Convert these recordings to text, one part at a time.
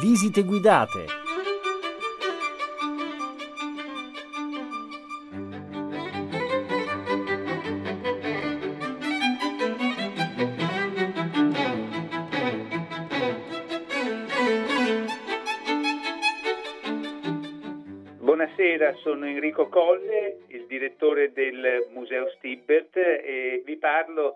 Visite guidate. Buonasera, sono Enrico Colle, il direttore del Museo Stibbert e vi parlo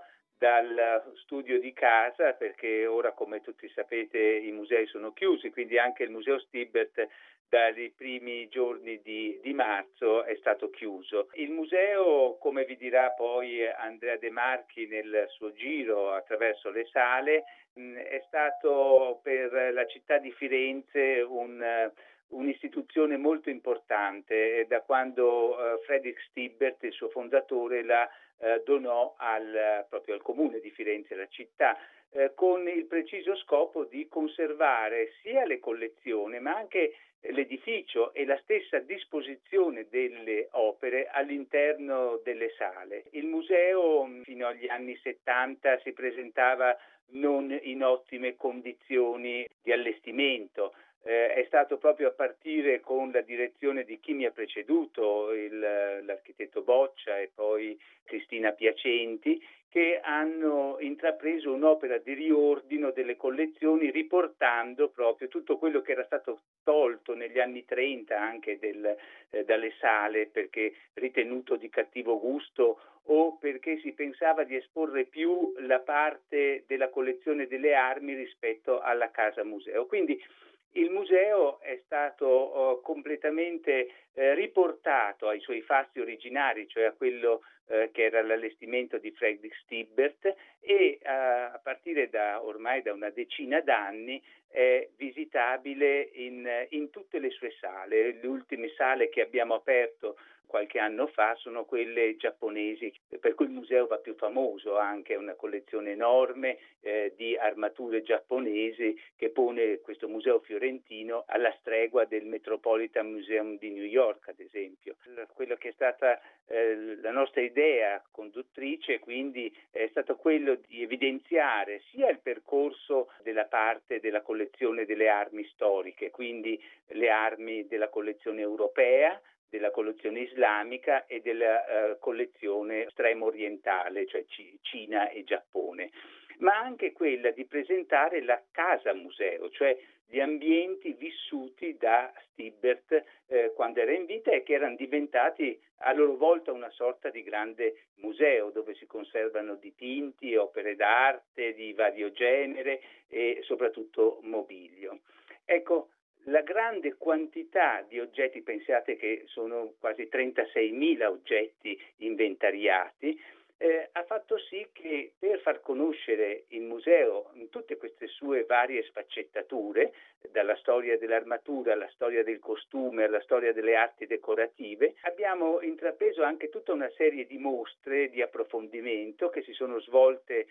dal studio di casa perché ora, come tutti sapete, i musei sono chiusi, quindi anche il Museo Stibbert dai primi giorni di marzo è stato chiuso. Il museo, come vi dirà poi Andrea De Marchi nel suo giro attraverso le sale, è stato per la città di Firenze un'istituzione molto importante da quando Frederick Stibbert, il suo fondatore, la donò proprio al comune di Firenze, la città, con il preciso scopo di conservare sia le collezioni ma anche l'edificio e la stessa disposizione delle opere all'interno delle sale. Il museo fino agli anni 70 si presentava non in ottime condizioni di allestimento. È stato proprio a partire con la direzione di chi mi ha preceduto, l'architetto Boccia e poi Cristina Piacenti, che hanno intrapreso un'opera di riordino delle collezioni, riportando proprio tutto quello che era stato tolto negli anni 30 anche dalle sale, perché ritenuto di cattivo gusto o perché si pensava di esporre più la parte della collezione delle armi rispetto alla casa museo. Quindi il museo è stato completamente riportato ai suoi fasti originari, cioè a quello che era l'allestimento di Frederick Stibbert, e a partire ormai da una decina d'anni è visitabile in tutte le sue sale. Le ultime sale che abbiamo aperto qualche anno fa sono quelle giapponesi, per cui il museo va più famoso, ha anche una collezione enorme di armature giapponesi che pone questo museo fiorentino alla stregua del Metropolitan Museum di New York, ad esempio. Quello che è stata la nostra idea conduttrice quindi è stato quello di evidenziare sia il percorso della parte della collezione delle armi storiche, quindi le armi della collezione europea, della collezione islamica e della collezione estremo orientale, cioè Cina e Giappone, ma anche quella di presentare la casa museo, cioè gli ambienti vissuti da Stibbert quando era in vita e che erano diventati a loro volta una sorta di grande museo dove si conservano dipinti, opere d'arte di vario genere e soprattutto mobilio. Ecco, la grande quantità di oggetti, pensate che sono quasi 36.000 oggetti inventariati, ha fatto sì che per far conoscere il museo in tutte queste sue varie sfaccettature, dalla storia dell'armatura alla storia del costume, alla storia delle arti decorative, abbiamo intrapreso anche tutta una serie di mostre di approfondimento che si sono svolte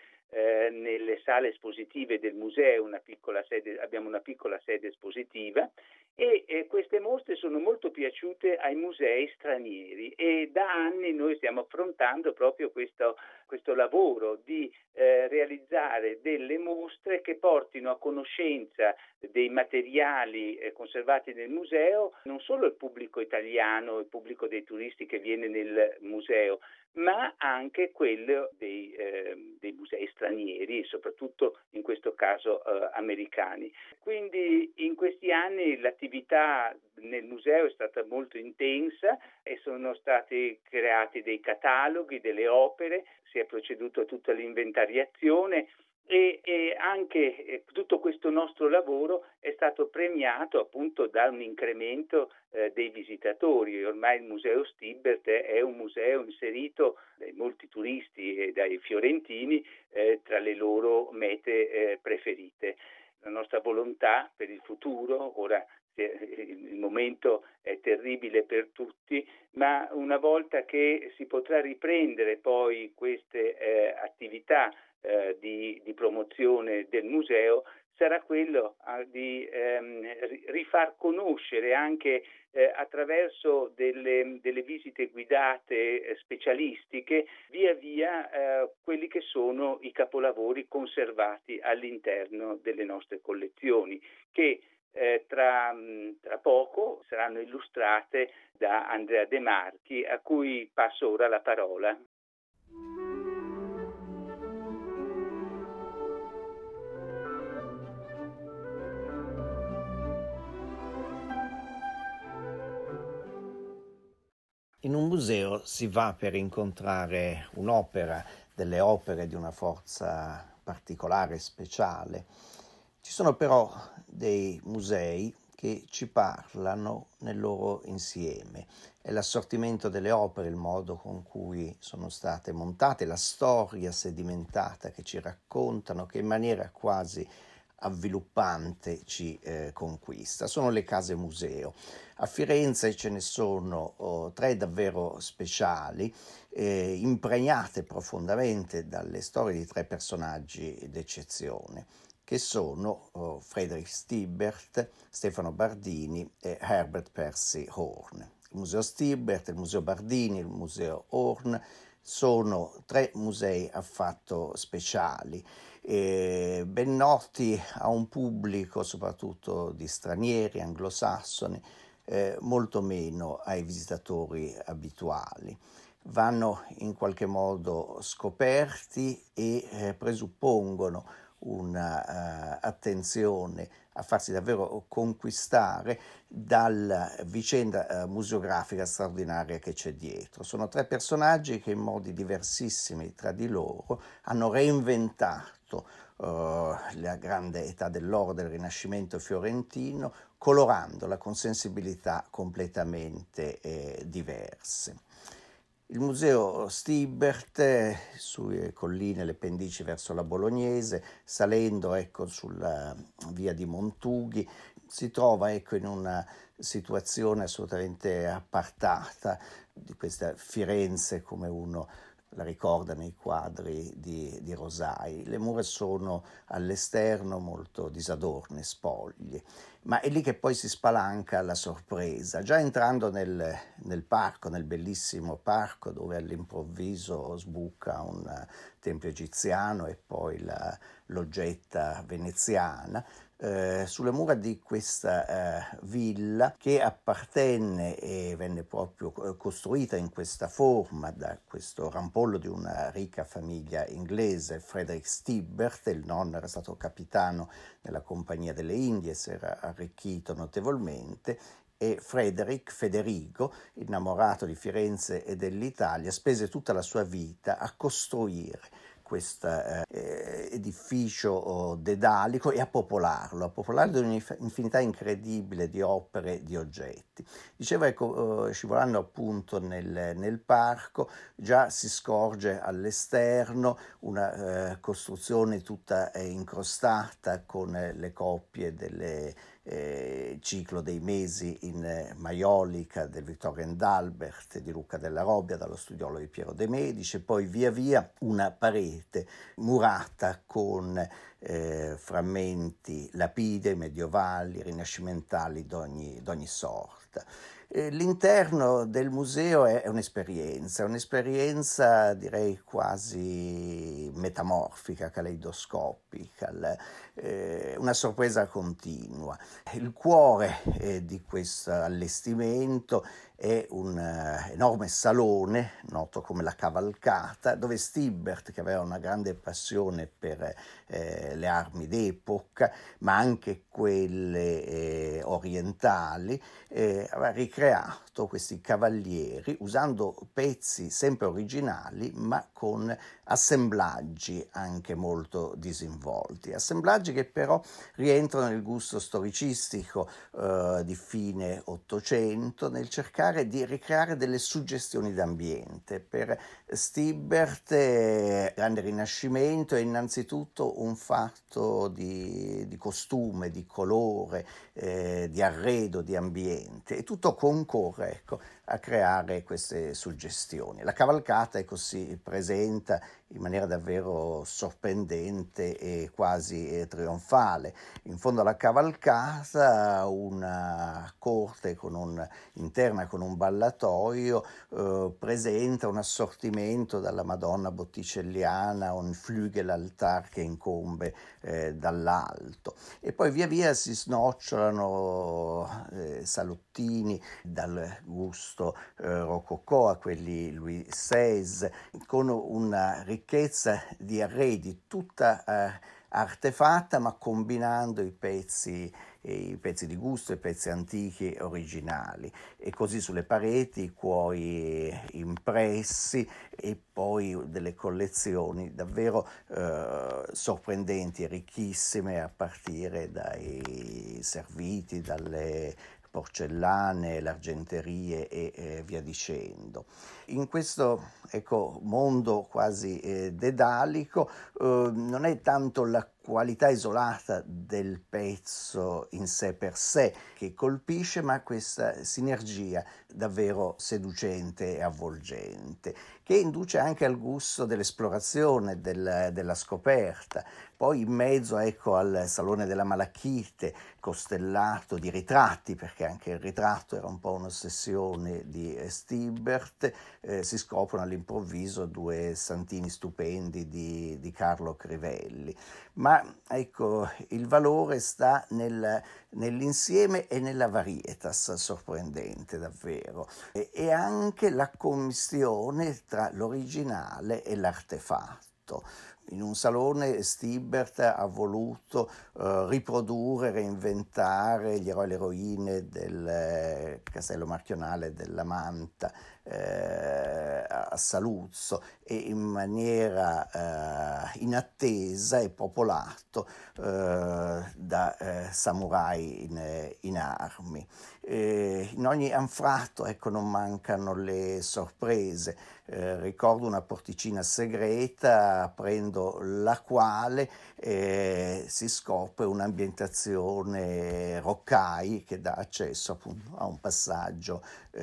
nelle sale espositive del museo, abbiamo una piccola sede espositiva e queste mostre sono molto piaciute ai musei stranieri e da anni noi stiamo affrontando proprio questo lavoro di realizzare delle mostre che portino a conoscenza dei materiali conservati nel museo non solo il pubblico italiano, il pubblico dei turisti che viene nel museo, ma anche quello dei musei stranieri, soprattutto in questo caso americani. Quindi in questi anni l'attività nel museo è stata molto intensa e sono stati creati dei cataloghi, delle opere, si è proceduto a tutta l'inventariazione e anche tutto questo nostro lavoro è stato premiato appunto da un incremento dei visitatori. Ormai il Museo Stibbert è un museo inserito dai molti turisti e dai fiorentini tra le loro mete preferite. La nostra volontà per il futuro, ora il momento è terribile per tutti, ma una volta che si potrà riprendere poi queste attività di promozione del museo, sarà quello di rifar conoscere anche attraverso delle visite guidate specialistiche via via quelli che sono i capolavori conservati all'interno delle nostre collezioni, che tra poco saranno illustrate da Andrea De Marchi, a cui passo ora la parola. In un museo si va per incontrare un'opera, delle opere di una forza particolare, speciale. Ci sono però dei musei che ci parlano nel loro insieme. È l'assortimento delle opere, il modo con cui sono state montate, la storia sedimentata che ci raccontano, che in maniera quasi avviluppante ci conquista. Sono le case museo. A Firenze ce ne sono tre davvero speciali, impregnate profondamente dalle storie di tre personaggi d'eccezione, che sono Frederick Stibert, Stefano Bardini e Herbert Percy Horn. Il Museo Stibert, il Museo Bardini, il Museo Horn sono tre musei affatto speciali, ben noti a un pubblico soprattutto di stranieri, anglosassoni, molto meno ai visitatori abituali. Vanno in qualche modo scoperti e presuppongono una attenzione a farsi davvero conquistare dalla vicenda museografica straordinaria che c'è dietro. Sono tre personaggi che in modi diversissimi tra di loro hanno reinventato la grande età dell'oro del Rinascimento fiorentino, colorandola con sensibilità completamente diverse. Il museo Stibert, sulle colline, le pendici verso la Bolognese, salendo sulla via di Montughi, si trova in una situazione assolutamente appartata di questa Firenze come uno la ricorda nei quadri di Rosai. Le mura sono all'esterno molto disadorne, spoglie, ma è lì che poi si spalanca la sorpresa. Già entrando nel parco, nel bellissimo parco dove all'improvviso sbuca un tempio egiziano e poi l'oggetta veneziana, sulle mura di questa villa che appartenne e venne proprio costruita in questa forma da questo rampollo di una ricca famiglia inglese, Frederick Stibert. Il nonno era stato capitano nella Compagnia delle Indie, si era arricchito notevolmente, e Federico, innamorato di Firenze e dell'Italia, spese tutta la sua vita a costruire questo edificio dedalico e a popolarlo di un'infinità incredibile di opere, di oggetti. Diceva, scivolando appunto nel parco, già si scorge all'esterno una costruzione tutta incrostata con le coppie del ciclo dei mesi in maiolica del Vittorio and Albert di Luca della Robbia, dallo studiolo di Piero de' Medici, e poi via via una parete murata con frammenti lapidei, medievali, rinascimentali d'ogni sorta. L'interno del museo è un'esperienza direi quasi metamorfica, caleidoscopica, una sorpresa continua. Il cuore di questo allestimento è un enorme salone, noto come la Cavalcata, dove Stibert, che aveva una grande passione per le armi d'epoca, ma anche quelle orientali, aveva ricreato questi cavalieri usando pezzi sempre originali, ma con assemblaggi anche molto disinvolti, assemblaggi che però rientrano nel gusto storicistico di fine Ottocento, nel cercare di ricreare delle suggestioni d'ambiente. Per Stibert, grande Rinascimento è innanzitutto un fatto di costume, di colore, di arredo, di ambiente, e tutto concorre a creare queste suggestioni. La cavalcata si presenta in maniera davvero sorprendente e quasi trionfale. In fondo alla cavalcata una corte interna con un ballatoio, presenta un assortimento dalla Madonna botticelliana, un Flügelaltar che incombe dall'alto, e poi via via si snocciolano salottini dal gusto rococò a quelli Louis XVI, con una ricchezza di arredi tutta artefatta, ma combinando i pezzi di gusto, i pezzi antichi originali, e così sulle pareti i cuori impressi, e poi delle collezioni davvero sorprendenti e ricchissime, a partire dai serviti, dalle porcellane, l'argenterie e via dicendo. In questo, ecco, mondo quasi dedalico, non è tanto la qualità isolata del pezzo in sé per sé che colpisce, ma questa sinergia davvero seducente e avvolgente, che induce anche al gusto dell'esplorazione, della scoperta. Poi in mezzo, ecco, al Salone della Malachite, costellato di ritratti, perché anche il ritratto era un po' un'ossessione di Stibbert, si scoprono all'improvviso due santini stupendi di Carlo Crivelli. Ma ecco, il valore sta nell'insieme e nella varietas sorprendente davvero, e anche la commistione tra l'originale e l'artefatto. In un salone Stibbert ha voluto riprodurre, reinventare gli eroi e le eroine del castello marchionale della Manta a Saluzzo, e in maniera inattesa è popolato da samurai in armi. In ogni anfratto, ecco, non mancano le sorprese. Ricordo una porticina segreta, aprendo la quale si scopre un'ambientazione roccai che dà accesso appunto a un passaggio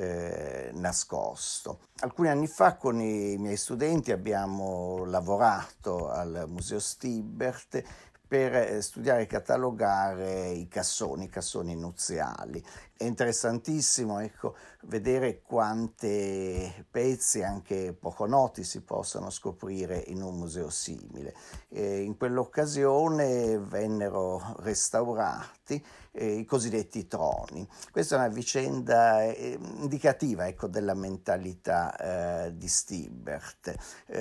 nascosto. Alcuni anni fa con i miei studenti abbiamo lavorato al Museo Stibbert per studiare e catalogare i cassoni nuziali. È interessantissimo, ecco, vedere quante pezzi anche poco noti si possano scoprire in un museo simile. In quell'occasione vennero restaurati i cosiddetti troni. Questa è una vicenda indicativa, ecco, della mentalità di Stibbert.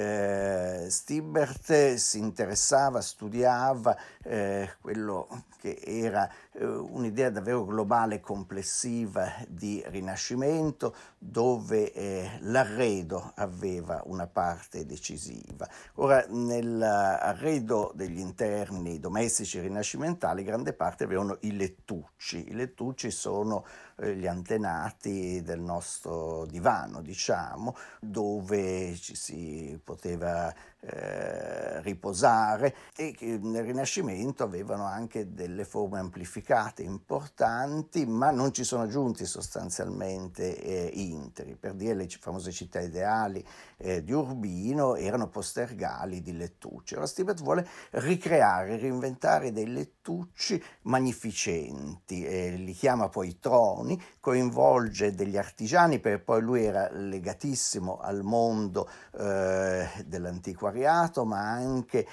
Stibbert si interessava, studiava quello che era un'idea davvero globale e complessiva di Rinascimento, dove l'arredo aveva una parte decisiva. Ora, nell'arredo degli interni domestici rinascimentali, grande parte avevano i lettucci. I lettucci sono gli antenati del nostro divano, diciamo, dove ci si poteva riposare, e che nel Rinascimento avevano anche delle forme amplificate importanti, ma non ci sono giunti sostanzialmente interi. Per dire, le famose città ideali di Urbino erano postergali di lettucci. Ora Stibbert vuole ricreare, reinventare dei lettucci magnificenti, li chiama poi troni, coinvolge degli artigiani, perché poi lui era legatissimo al mondo dell'antiquariato, ma anche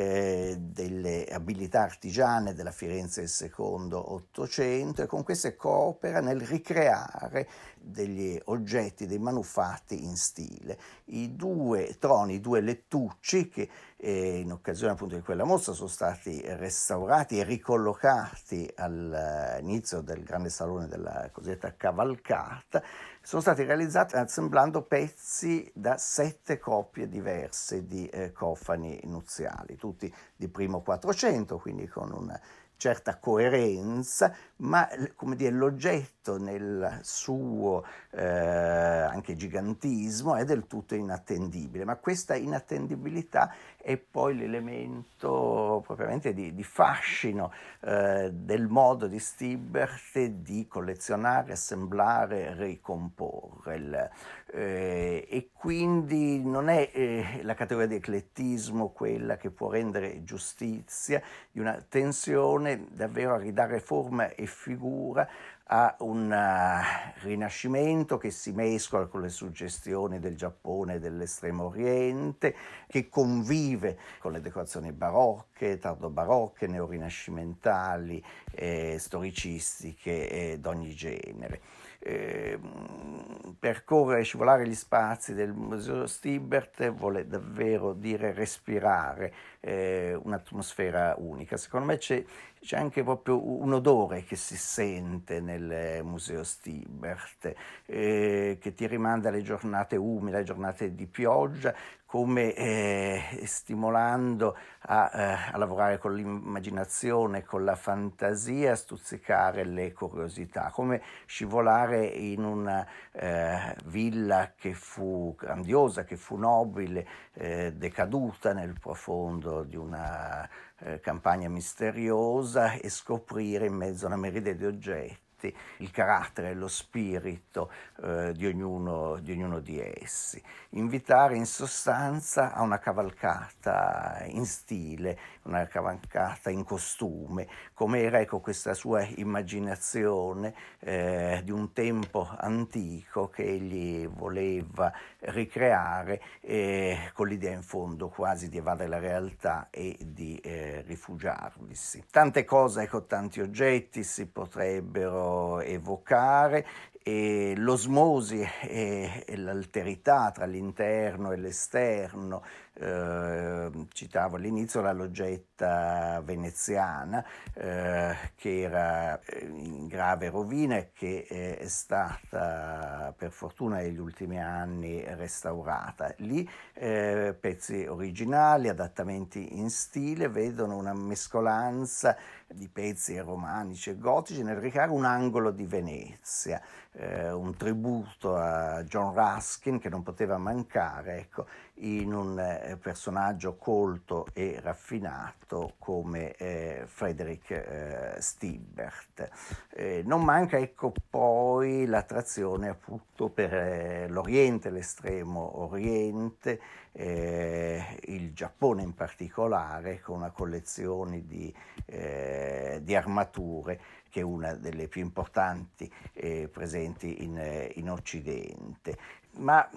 delle abilità artigiane della Firenze del secondo Ottocento, e con queste coopera nel ricreare degli oggetti, dei manufatti in stile. I due troni, i due lettucci, che in occasione appunto di quella mostra sono stati restaurati e ricollocati all'inizio del grande salone della cosiddetta cavalcata, sono stati realizzati assemblando pezzi da 7 coppie diverse di cofani nuziali, tutti di primo Quattrocento, quindi con una certa coerenza, ma come dire, l'oggetto nel suo anche gigantismo è del tutto inattendibile, ma questa inattendibilità è poi l'elemento propriamente di fascino del modo di Stibbert di collezionare, assemblare, ricomporre. e quindi non è la categoria di eclettismo quella che può rendere giustizia di una tensione davvero a ridare forma e figura a un rinascimento che si mescola con le suggestioni del Giappone e dell'Estremo Oriente, che convive con le decorazioni barocche, tardo-barocche, neorinascimentali, storicistiche d'ogni genere. Percorrere, scivolare gli spazi del Museo Stibbert vuole davvero dire respirare un'atmosfera unica. Secondo me c'è anche proprio un odore che si sente nel Museo Stibbert, che ti rimanda alle giornate umide, alle giornate di pioggia, come stimolando a lavorare con l'immaginazione, con la fantasia, a stuzzicare le curiosità, come scivolare in una villa che fu grandiosa, che fu nobile, decaduta nel profondo di una campagna misteriosa, e scoprire in mezzo a una miriade di oggetti il carattere e lo spirito di ognuno di essi. Invitare in sostanza a una cavalcata in stile, una cavalcata in costume, come era questa sua immaginazione di un tempo antico che egli voleva ricreare con l'idea in fondo quasi di evadere la realtà e di rifugiarvisi. Tante cose, tanti oggetti si potrebbero evocare, e l'osmosi e l'alterità tra l'interno e l'esterno. Citavo all'inizio la loggetta veneziana che era in grave rovina e che è stata per fortuna negli ultimi anni restaurata. Lì pezzi originali, adattamenti in stile, vedono una mescolanza di pezzi romanici e gotici nel ricreare un angolo di Venezia, un tributo a John Ruskin che non poteva mancare, in un personaggio colto e raffinato come Frederick Stibbert. Non manca poi l'attrazione appunto per l'Oriente, l'estremo Oriente, il Giappone in particolare, con una collezione di armature che è una delle più importanti presenti in Occidente. Ma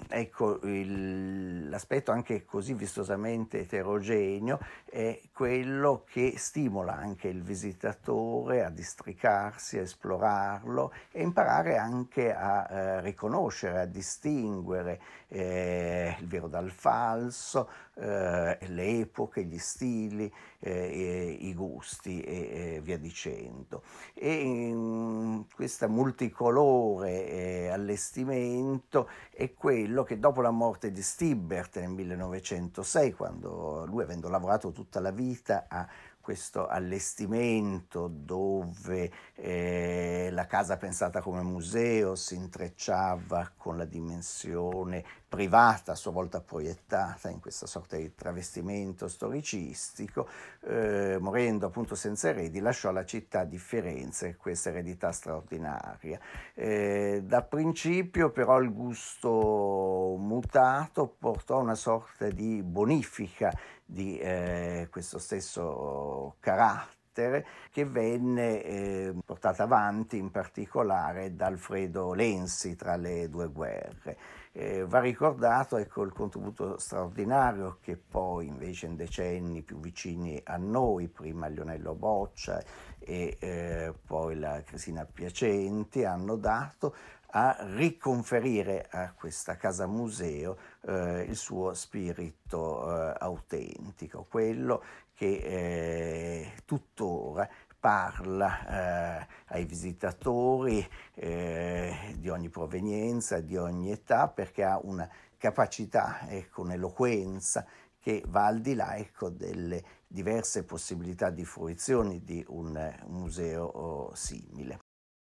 l'aspetto anche così vistosamente eterogeneo è quello che stimola anche il visitatore a districarsi, a esplorarlo e imparare anche a riconoscere, a distinguere il vero dal falso, le epoche, gli stili, i gusti e via dicendo. E in questa multicolore allestimento è quello che dopo la morte di Stibbert nel 1906, quando lui, avendo lavorato tutta la vita a questo allestimento dove la casa pensata come museo si intrecciava con la dimensione privata, a sua volta proiettata in questa sorta di travestimento storicistico, morendo appunto senza eredi, lasciò alla città di Firenze questa eredità straordinaria. Da principio però il gusto mutato portò a una sorta di bonifica di questo stesso carattere, che venne portata avanti in particolare da Alfredo Lenzi tra le due guerre. Va ricordato il contributo straordinario che poi invece in decenni più vicini a noi, prima Lionello Boccia e poi la Cristina Piacenti, hanno dato a riconferire a questa casa museo il suo spirito autentico, quello che tuttora parla ai visitatori di ogni provenienza, di ogni età, perché ha una capacità, un'eloquenza che va al di là delle diverse possibilità di fruizioni di un museo simile.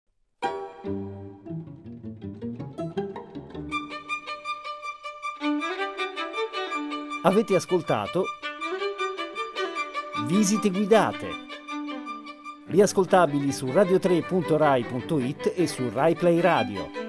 Avete ascoltato Visite guidate, riascoltabili su radio3.rai.it e su Rai Play Radio.